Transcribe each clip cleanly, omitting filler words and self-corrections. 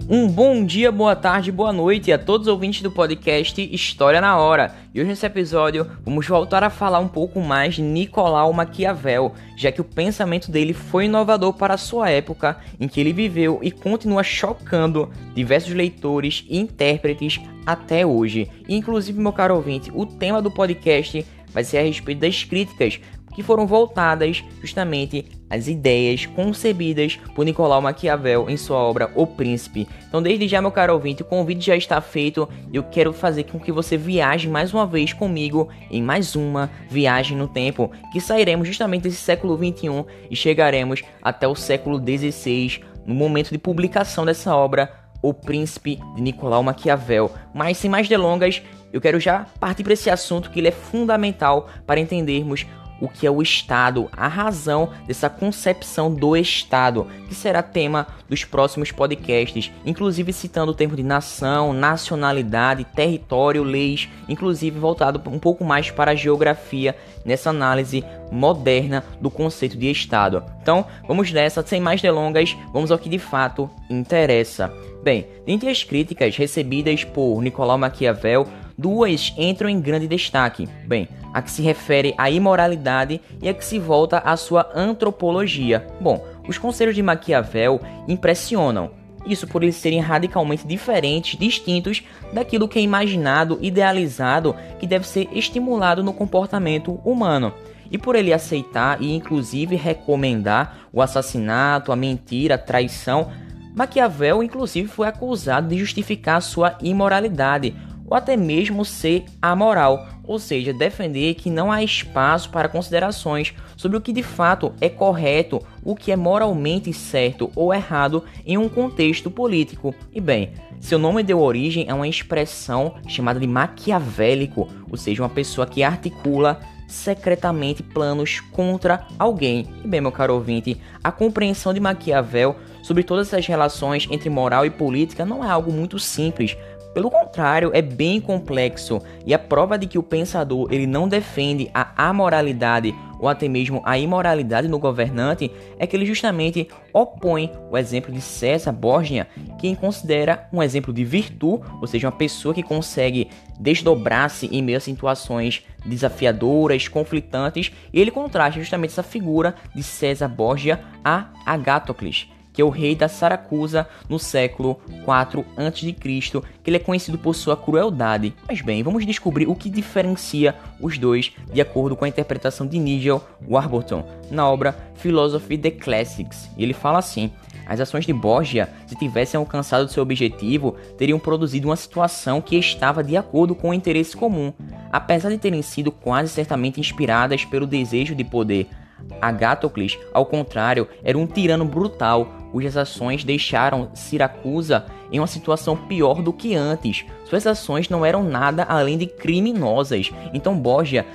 Um bom dia, boa tarde, boa noite a todos os ouvintes do podcast História na Hora. E hoje nesse episódio vamos voltar a falar um pouco mais de Nicolau Maquiavel, já que o pensamento dele foi inovador para a sua época em que ele viveu e continua chocando diversos leitores e intérpretes até hoje. E, inclusive, meu caro ouvinte, o tema do podcast vai ser a respeito das críticas que foram voltadas justamente às ideias concebidas por Nicolau Maquiavel em sua obra O Príncipe. Então, desde já, meu caro ouvinte, o convite já está feito e eu quero fazer com que você viaje mais uma vez comigo em mais uma viagem no tempo, que sairemos justamente desse século XXI e chegaremos até o século XVI, no momento de publicação dessa obra, O Príncipe, de Nicolau Maquiavel. Mas, sem mais delongas, eu quero já partir para esse assunto que ele é fundamental para entendermos o que é o Estado, a razão dessa concepção do Estado, que será tema dos próximos podcasts, inclusive citando o termo de nação, nacionalidade, território, leis, inclusive voltado um pouco mais para a geografia nessa análise moderna do conceito de Estado. Então, vamos nessa, sem mais delongas, vamos ao que de fato interessa. Bem, dentre as críticas recebidas por Nicolau Maquiavel, duas entram em grande destaque. Bem, a que se refere à imoralidade e a que se volta à sua antropologia. Bom, os conselhos de Maquiavel impressionam. Isso por eles serem radicalmente diferentes, distintos daquilo que é imaginado, idealizado, que deve ser estimulado no comportamento humano. E por ele aceitar e inclusive recomendar o assassinato, a mentira, a traição, Maquiavel inclusive foi acusado de justificar sua imoralidade, ou até mesmo ser amoral, ou seja, defender que não há espaço para considerações sobre o que de fato é correto, o que é moralmente certo ou errado em um contexto político. E bem, seu nome deu origem a uma expressão chamada de maquiavélico, ou seja, uma pessoa que articula secretamente planos contra alguém. E bem, meu caro ouvinte, a compreensão de Maquiavel sobre todas essas relações entre moral e política não é algo muito simples. Pelo contrário, é bem complexo, e a prova de que o pensador ele não defende a amoralidade ou até mesmo a imoralidade no governante é que ele justamente opõe o exemplo de César Borgia, quem considera um exemplo de virtude, ou seja, uma pessoa que consegue desdobrar-se em meio a situações desafiadoras, conflitantes, e ele contrasta justamente essa figura de César Borgia a Agatocles, que é o rei da Saracusa no século IV a.C., que ele é conhecido por sua crueldade. Mas bem, vamos descobrir o que diferencia os dois de acordo com a interpretação de Nigel Warburton na obra Philosophy the Classics. E ele fala assim: as ações de Borgia, se tivessem alcançado seu objetivo, teriam produzido uma situação que estava de acordo com o interesse comum, apesar de terem sido quase certamente inspiradas pelo desejo de poder. Agatocles, ao contrário, era um tirano brutal, cujas ações deixaram Siracusa em uma situação pior do que antes. Suas ações não eram nada além de criminosas. Então Borgia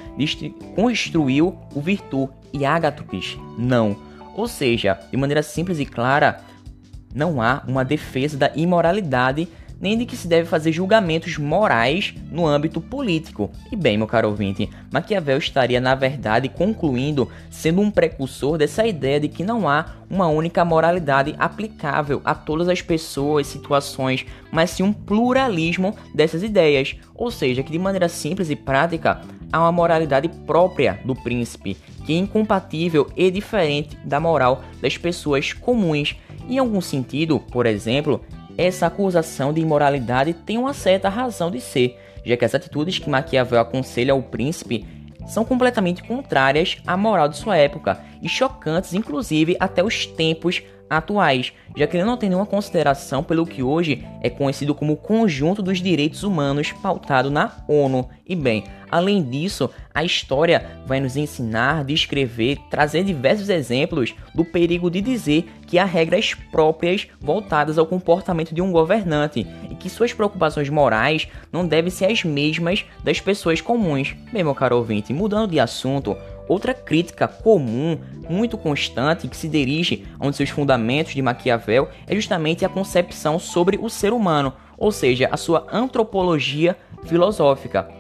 construiu o virtude e Agatocles não. Ou seja, de maneira simples e clara, não há uma defesa da imoralidade nem de que se deve fazer julgamentos morais no âmbito político. E bem, meu caro ouvinte, Maquiavel estaria, na verdade, concluindo, sendo um precursor dessa ideia de que não há uma única moralidade aplicável a todas as pessoas, situações, mas sim um pluralismo dessas ideias. Ou seja, que de maneira simples e prática, há uma moralidade própria do príncipe, que é incompatível e diferente da moral das pessoas comuns. Em algum sentido, por exemplo, essa acusação de imoralidade tem uma certa razão de ser, já que as atitudes que Maquiavel aconselha ao príncipe são completamente contrárias à moral de sua época e chocantes, inclusive, até os tempos atuais, já que ele não tem nenhuma consideração pelo que hoje é conhecido como conjunto dos direitos humanos pautado na ONU. E bem, além disso, a história vai nos ensinar, descrever, trazer diversos exemplos do perigo de dizer que há regras próprias voltadas ao comportamento de um governante e que suas preocupações morais não devem ser as mesmas das pessoas comuns. Bem, meu caro ouvinte, mudando de assunto, outra crítica comum, muito constante, que se dirige a um de seus fundamentos de Maquiavel é justamente a concepção sobre o ser humano, ou seja, a sua antropologia filosófica.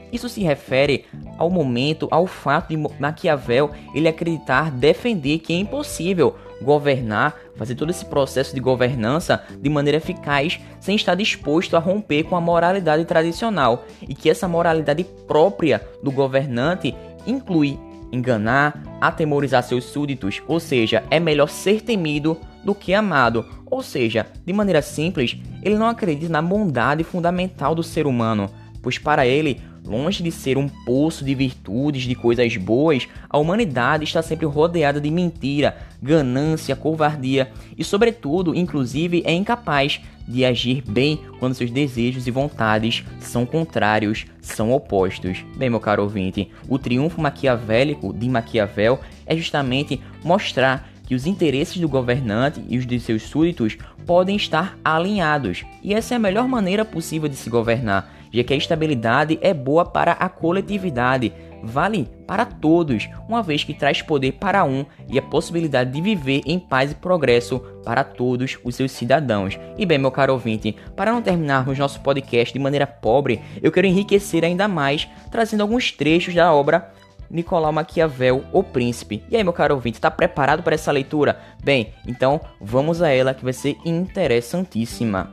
Isso se refere ao momento, ao fato de Maquiavel ele acreditar, defender que é impossível governar, fazer todo esse processo de governança de maneira eficaz sem estar disposto a romper com a moralidade tradicional, e que essa moralidade própria do governante inclui enganar, atemorizar seus súditos, ou seja, é melhor ser temido do que amado. Ou seja, de maneira simples, ele não acredita na bondade fundamental do ser humano, pois para ele, longe de ser um poço de virtudes, de coisas boas, a humanidade está sempre rodeada de mentira, ganância, covardia e, sobretudo, inclusive, é incapaz de agir bem quando seus desejos e vontades são contrários, são opostos. Bem, meu caro ouvinte, o triunfo maquiavélico de Maquiavel é justamente mostrar que os interesses do governante e os de seus súditos podem estar alinhados, e essa é a melhor maneira possível de se governar, já que a estabilidade é boa para a coletividade, vale para todos, uma vez que traz poder para um e a possibilidade de viver em paz e progresso para todos os seus cidadãos. E bem, meu caro ouvinte, para não terminarmos nosso podcast de maneira pobre, eu quero enriquecer ainda mais, trazendo alguns trechos da obra Nicolau Maquiavel, O Príncipe. E aí, meu caro ouvinte, está preparado para essa leitura? Bem, então vamos a ela, que vai ser interessantíssima.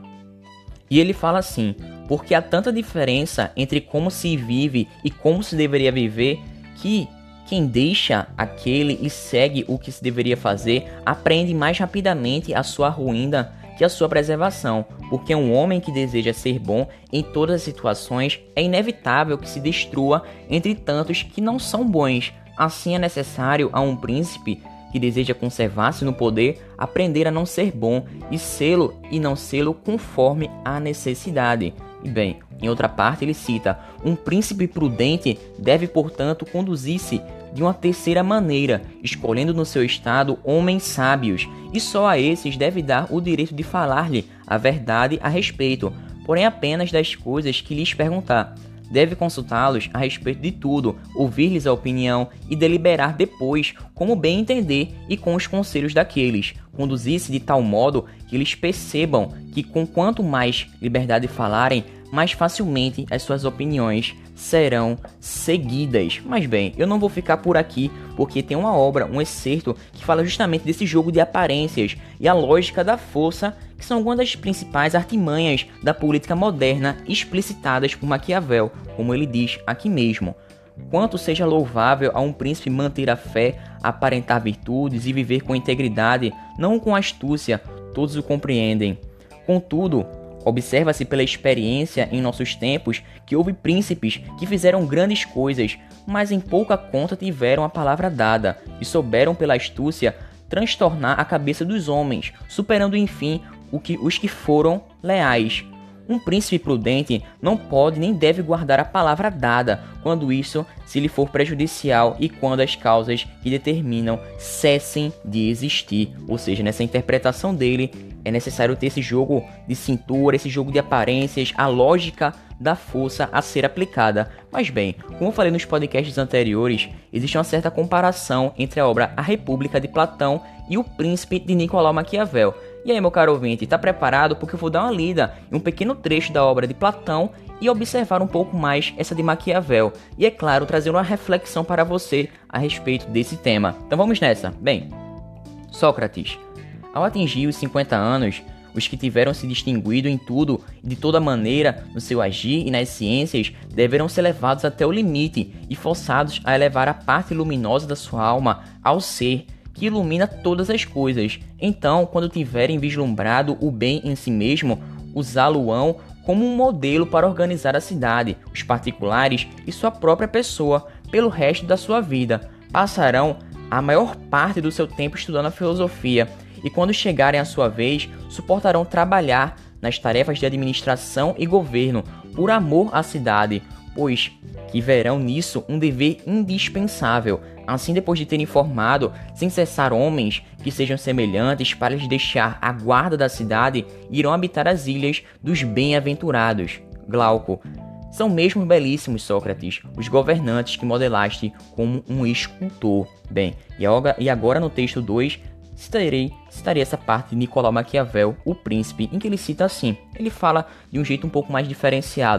E ele fala assim: porque há tanta diferença entre como se vive e como se deveria viver, que quem deixa aquele e segue o que se deveria fazer, aprende mais rapidamente a sua ruína que a sua preservação, porque um homem que deseja ser bom em todas as situações é inevitável que se destrua entre tantos que não são bons. Assim é necessário a um príncipe que deseja conservar-se no poder aprender a não ser bom e sê-lo e não sê-lo conforme a necessidade. E bem, em outra parte ele cita: um príncipe prudente deve, portanto, conduzir-se de uma terceira maneira, escolhendo no seu estado homens sábios, e só a esses deve dar o direito de falar-lhe a verdade a respeito, porém apenas das coisas que lhes perguntar. Deve consultá-los a respeito de tudo, ouvir-lhes a opinião e deliberar depois como bem entender e com os conselhos daqueles. Conduzir-se de tal modo que eles percebam que com quanto mais liberdade falarem, mais facilmente as suas opiniões serão seguidas. Mas bem, eu não vou ficar por aqui, porque tem uma obra, um excerto, que fala justamente desse jogo de aparências e a lógica da força, que são algumas das principais artimanhas da política moderna explicitadas por Maquiavel, como ele diz aqui mesmo. Quanto seja louvável a um príncipe manter a fé, aparentar virtudes e viver com integridade, não com astúcia, todos o compreendem. Contudo, observa-se pela experiência em nossos tempos que houve príncipes que fizeram grandes coisas, mas em pouca conta tiveram a palavra dada e souberam pela astúcia transtornar a cabeça dos homens, superando enfim os que foram leais. Um príncipe prudente não pode nem deve guardar a palavra dada, quando isso se lhe for prejudicial e quando as causas que determinam cessem de existir. Ou seja, nessa interpretação dele, é necessário ter esse jogo de cintura, esse jogo de aparências, a lógica da força a ser aplicada. Mas bem, como eu falei nos podcasts anteriores, existe uma certa comparação entre a obra A República de Platão e O Príncipe de Nicolau Maquiavel. E aí, meu caro ouvinte, está preparado? Porque eu vou dar uma lida em um pequeno trecho da obra de Platão e observar um pouco mais essa de Maquiavel. E é claro, trazer uma reflexão para você a respeito desse tema. Então vamos nessa. Bem, Sócrates. Ao atingir os 50 anos, os que tiveram se distinguido em tudo e de toda maneira no seu agir e nas ciências deverão ser levados até o limite e forçados a elevar a parte luminosa da sua alma ao ser que ilumina todas as coisas. Então, quando tiverem vislumbrado o bem em si mesmo, usá-lo-ão como um modelo para organizar a cidade, os particulares e sua própria pessoa pelo resto da sua vida. Passarão a maior parte do seu tempo estudando a filosofia e quando chegarem à sua vez, suportarão trabalhar nas tarefas de administração e governo por amor à cidade, pois que verão nisso um dever indispensável. Assim, depois de terem formado sem cessar homens que sejam semelhantes para lhes deixar a guarda da cidade, irão habitar as ilhas dos bem-aventurados. Glauco. São mesmo belíssimos, Sócrates, os governantes que modelaste como um escultor. Bem, e agora no texto 2, citarei essa parte de Nicolau Maquiavel, O Príncipe, em que ele cita assim. Ele fala de um jeito um pouco mais diferenciado.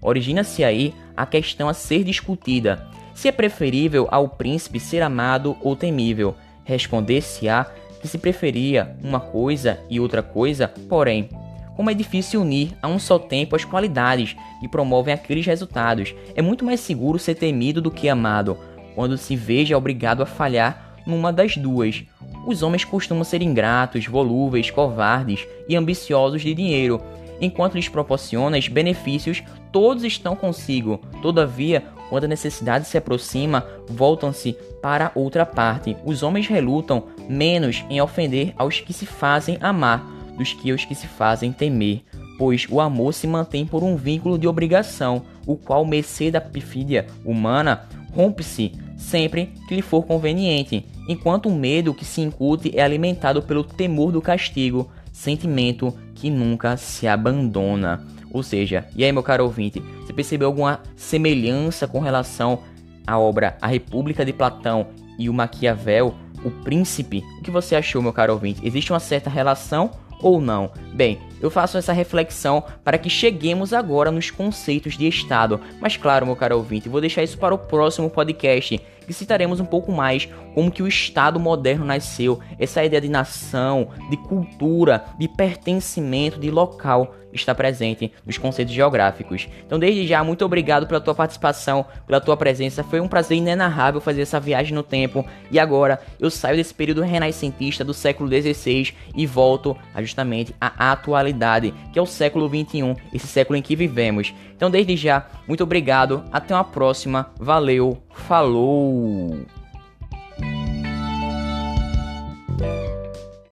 Origina-se aí a questão a ser discutida: se é preferível ao príncipe ser amado ou temível. Responder-se-á que se preferia uma coisa e outra coisa, porém, como é difícil unir a um só tempo as qualidades que promovem aqueles resultados, é muito mais seguro ser temido do que amado, quando se veja obrigado a falhar numa das duas. Os homens costumam ser ingratos, volúveis, covardes e ambiciosos de dinheiro. Enquanto lhes proporciona benefícios, todos estão consigo. Todavia, quando a necessidade se aproxima, voltam-se para outra parte. Os homens relutam menos em ofender aos que se fazem amar dos que aos que se fazem temer, pois o amor se mantém por um vínculo de obrigação, o qual, mercê da perfídia humana, rompe-se sempre que lhe for conveniente, enquanto o medo que se incute é alimentado pelo temor do castigo, sentimento que nunca se abandona. Ou seja, e aí, meu caro ouvinte, você percebeu alguma semelhança com relação à obra A República de Platão e o Maquiavel, O Príncipe? O que você achou, meu caro ouvinte? Existe uma certa relação ou não? Bem, eu faço essa reflexão para que cheguemos agora nos conceitos de Estado. Mas claro, meu caro ouvinte, vou deixar isso para o próximo podcast, que citaremos um pouco mais como que o Estado moderno nasceu, essa ideia de nação, de cultura, de pertencimento, de local está presente nos conceitos geográficos. Então, desde já, muito obrigado pela tua participação, pela tua presença. Foi um prazer inenarrável fazer essa viagem no tempo. E agora, eu saio desse período renascentista do século XVI e volto justamente à atualidade, que é o século XXI, esse século em que vivemos. Então, desde já, muito obrigado. Até uma próxima. Valeu. Falou!